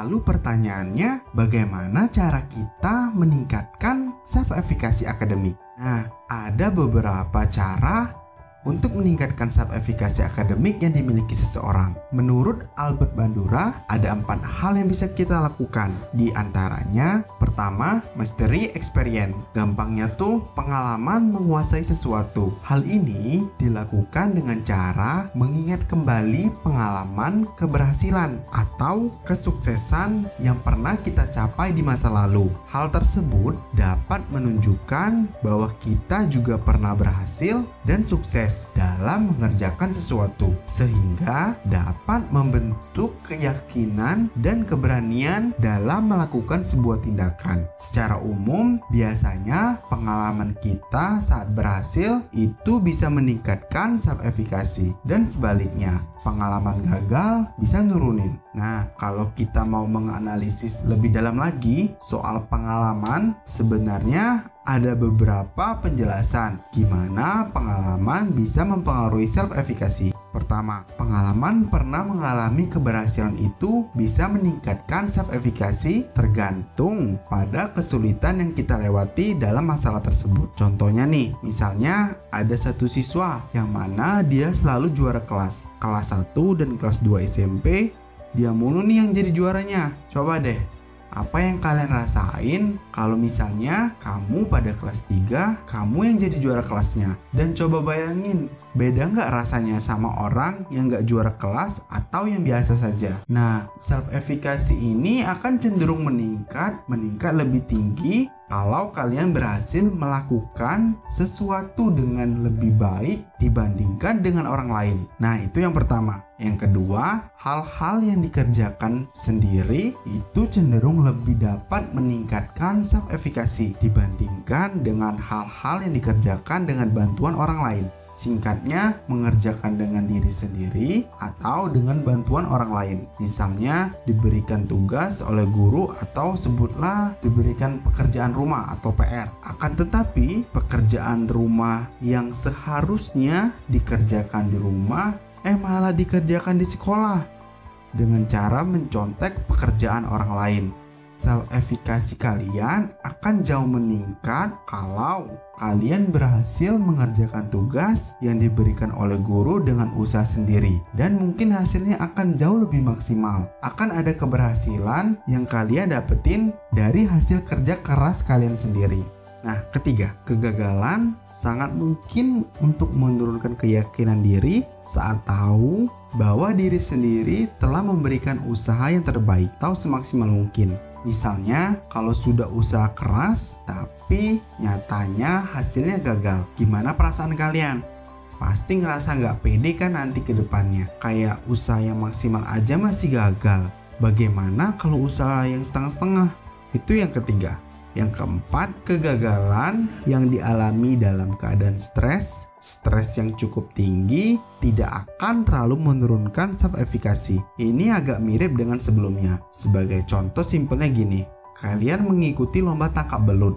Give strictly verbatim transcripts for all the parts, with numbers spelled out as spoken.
Lalu pertanyaannya, bagaimana cara kita meningkatkan self-efficacy akademik? Nah, ada beberapa cara untuk meningkatkan self-efficacy akademik yang dimiliki seseorang. Menurut Albert Bandura, ada empat hal yang bisa kita lakukan. Di antaranya, pertama, mastery experience. Gampangnya tuh pengalaman menguasai sesuatu. Hal ini dilakukan dengan cara mengingat kembali pengalaman keberhasilan atau kesuksesan yang pernah kita capai di masa lalu. Hal tersebut dapat menunjukkan bahwa kita juga pernah berhasil dan sukses dalam mengerjakan sesuatu, sehingga dapat membentuk keyakinan dan keberanian dalam melakukan sebuah tindakan. Secara umum, biasanya pengalaman kita saat berhasil itu bisa meningkatkan self-efficacy, dan sebaliknya, pengalaman gagal bisa nurunin. Nah, kalau kita mau menganalisis lebih dalam lagi soal pengalaman, sebenarnya ada beberapa penjelasan gimana pengalaman bisa mempengaruhi self-efficacy. Pertama, pengalaman pernah mengalami keberhasilan itu bisa meningkatkan self-efficacy tergantung pada kesulitan yang kita lewati dalam masalah tersebut. Contohnya nih, misalnya ada satu siswa yang mana dia selalu juara kelas. Kelas satu dan kelas dua S M P, dia mulu nih yang jadi juaranya. Coba deh, apa yang kalian rasain kalau misalnya kamu pada kelas tiga, kamu yang jadi juara kelasnya? Dan coba bayangin, beda nggak rasanya sama orang yang nggak juara kelas atau yang biasa saja? Nah, self-efficacy ini akan cenderung meningkat, meningkat lebih tinggi kalau kalian berhasil melakukan sesuatu dengan lebih baik dibandingkan dengan orang lain. Nah, itu yang pertama. Yang kedua, hal-hal yang dikerjakan sendiri itu cenderung lebih dapat meningkatkan self-efficacy dibandingkan dengan hal-hal yang dikerjakan dengan bantuan orang lain. Singkatnya, mengerjakan dengan diri sendiri atau dengan bantuan orang lain. Misalnya, diberikan tugas oleh guru atau sebutlah diberikan pekerjaan rumah atau P R. Akan tetapi, pekerjaan rumah yang seharusnya dikerjakan di rumah, eh malah dikerjakan di sekolah dengan cara mencontek pekerjaan orang lain. Self-efficacy kalian akan jauh meningkat kalau kalian berhasil mengerjakan tugas yang diberikan oleh guru dengan usaha sendiri, dan mungkin hasilnya akan jauh lebih maksimal. Akan ada keberhasilan yang kalian dapetin dari hasil kerja keras kalian sendiri. Nah, ketiga, kegagalan sangat mungkin untuk menurunkan keyakinan diri saat tahu bahwa diri sendiri telah memberikan usaha yang terbaik atau semaksimal mungkin. Misalnya, kalau sudah usaha keras tapi nyatanya hasilnya gagal, gimana perasaan kalian? Pasti ngerasa nggak pede kan nanti ke depannya. Kayak usaha yang maksimal aja masih gagal, bagaimana kalau usaha yang setengah-setengah? Itu yang ketiga. Yang keempat, kegagalan yang dialami dalam keadaan stres. Stres yang cukup tinggi tidak akan terlalu menurunkan self-efficacy. Ini agak mirip dengan sebelumnya. Sebagai contoh simpelnya gini, kalian mengikuti lomba tangkap belut,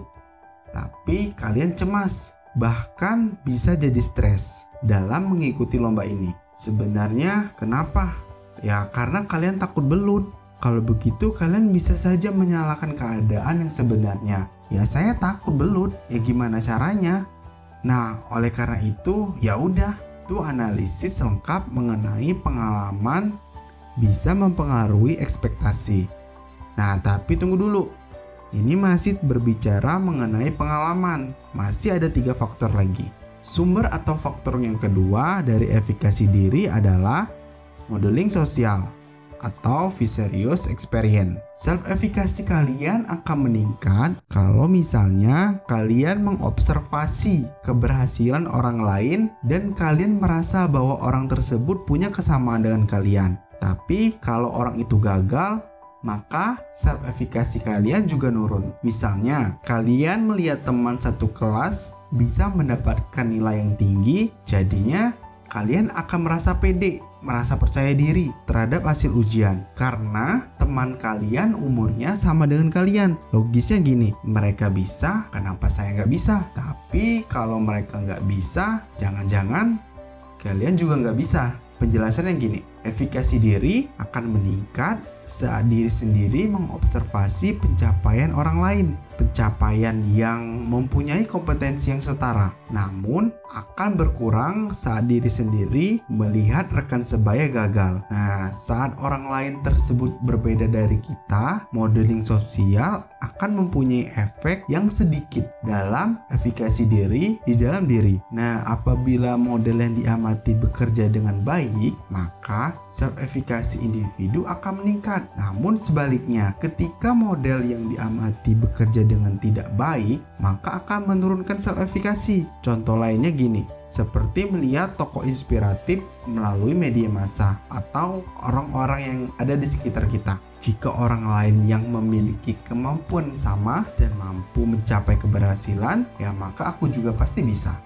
tapi kalian cemas, bahkan bisa jadi stres dalam mengikuti lomba ini. Sebenarnya kenapa? Ya karena kalian takut belut. Kalau begitu kalian bisa saja menyalahkan keadaan yang sebenarnya. Ya saya takut belut, ya gimana caranya? Nah, oleh karena itu ya udah, tuh analisis lengkap mengenai pengalaman bisa mempengaruhi ekspektasi. Nah, tapi tunggu dulu. Ini masih berbicara mengenai pengalaman. Masih ada tiga faktor lagi. Sumber atau faktor yang kedua dari efikasi diri adalah modeling sosial atau vicarious experience. Self-efficacy kalian akan meningkat kalau misalnya kalian mengobservasi keberhasilan orang lain dan kalian merasa bahwa orang tersebut punya kesamaan dengan kalian. Tapi kalau orang itu gagal, maka self-efficacy kalian juga nurun. Misalnya, kalian melihat teman satu kelas bisa mendapatkan nilai yang tinggi, jadinya kalian akan merasa pede, merasa percaya diri terhadap hasil ujian karena teman kalian umurnya sama dengan kalian. Logisnya gini, mereka bisa, kenapa saya nggak bisa? Tapi kalau mereka nggak bisa, jangan-jangan kalian juga nggak bisa. Penjelasannya gini, Efikasi diri akan meningkat saat diri sendiri mengobservasi pencapaian orang lain, pencapaian yang mempunyai kompetensi yang setara, namun akan berkurang saat diri sendiri melihat rekan sebaya gagal. Nah, saat orang lain tersebut berbeda dari kita, modeling sosial akan mempunyai efek yang sedikit dalam efikasi diri di dalam diri. Nah, apabila model yang diamati bekerja dengan baik, maka self-efikasi individu akan meningkat. Namun sebaliknya, ketika model yang diamati bekerja dengan tidak baik, maka akan menurunkan self-efikasi. Contoh lainnya gini, seperti melihat tokoh inspiratif melalui media massa atau orang-orang yang ada di sekitar kita. Jika orang lain yang memiliki kemampuan sama dan mampu mencapai keberhasilan, ya maka aku juga pasti bisa.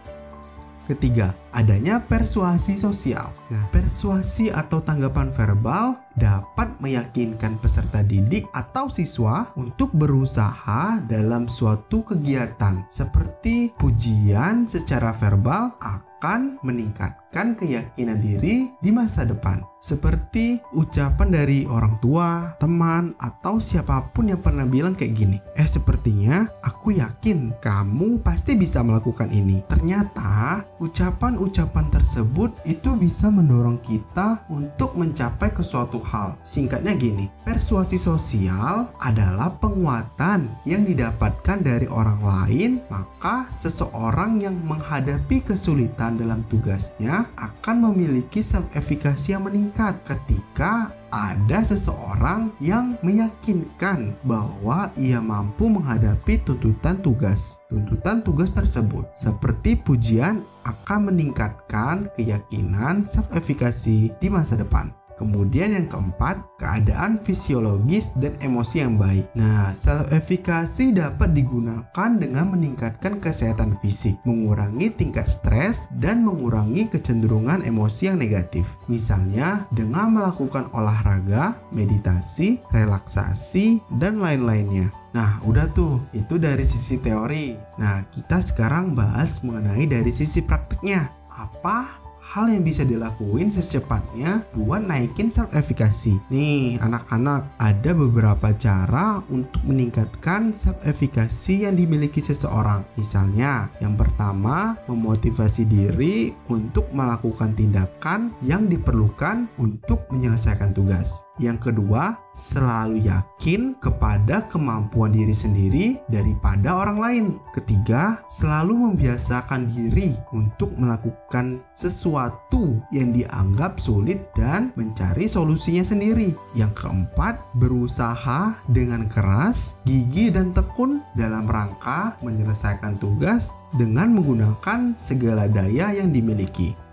Ketiga, adanya persuasi sosial. Nah, persuasi atau tanggapan verbal dapat meyakinkan peserta didik atau siswa untuk berusaha dalam suatu kegiatan. Seperti pujian secara verbal akan meningkatkan keyakinan diri di masa depan. Seperti ucapan dari orang tua, teman, atau siapapun yang pernah bilang kayak gini, Eh sepertinya aku yakin kamu pasti bisa melakukan ini. Ternyata ucapan-ucapan tersebut itu bisa mendorong kita untuk mencapai ke suatu hal. Singkatnya gini, persuasi sosial adalah penguatan yang didapatkan dari orang lain, maka seseorang yang menghadapi kesulitan dalam tugasnya akan memiliki self-efikasi yang meningkat ketika ada seseorang yang meyakinkan bahwa ia mampu menghadapi tuntutan tugas. Tuntutan tugas tersebut seperti pujian akan meningkatkan keyakinan self-efikasi di masa depan. Kemudian yang keempat, keadaan fisiologis dan emosi yang baik. Nah, self-efikasi dapat digunakan dengan meningkatkan kesehatan fisik, mengurangi tingkat stres, dan mengurangi kecenderungan emosi yang negatif. Misalnya, dengan melakukan olahraga, meditasi, relaksasi, dan lain-lainnya. Nah, udah tuh, itu dari sisi teori. Nah, kita sekarang bahas mengenai dari sisi praktiknya. Apa hal yang bisa dilakuin secepatnya buat naikin self-efikasi? Nih anak-anak, ada beberapa cara untuk meningkatkan self-efikasi yang dimiliki seseorang. Misalnya, yang pertama, memotivasi diri untuk melakukan tindakan yang diperlukan untuk menyelesaikan tugas. Yang kedua, selalu yakin kepada kemampuan diri sendiri daripada orang lain. Ketiga, selalu membiasakan diri untuk melakukan sesuatu yang dianggap sulit dan mencari solusinya sendiri. Yang keempat, berusaha dengan keras, gigih, dan tekun dalam rangka menyelesaikan tugas dengan menggunakan segala daya yang dimiliki.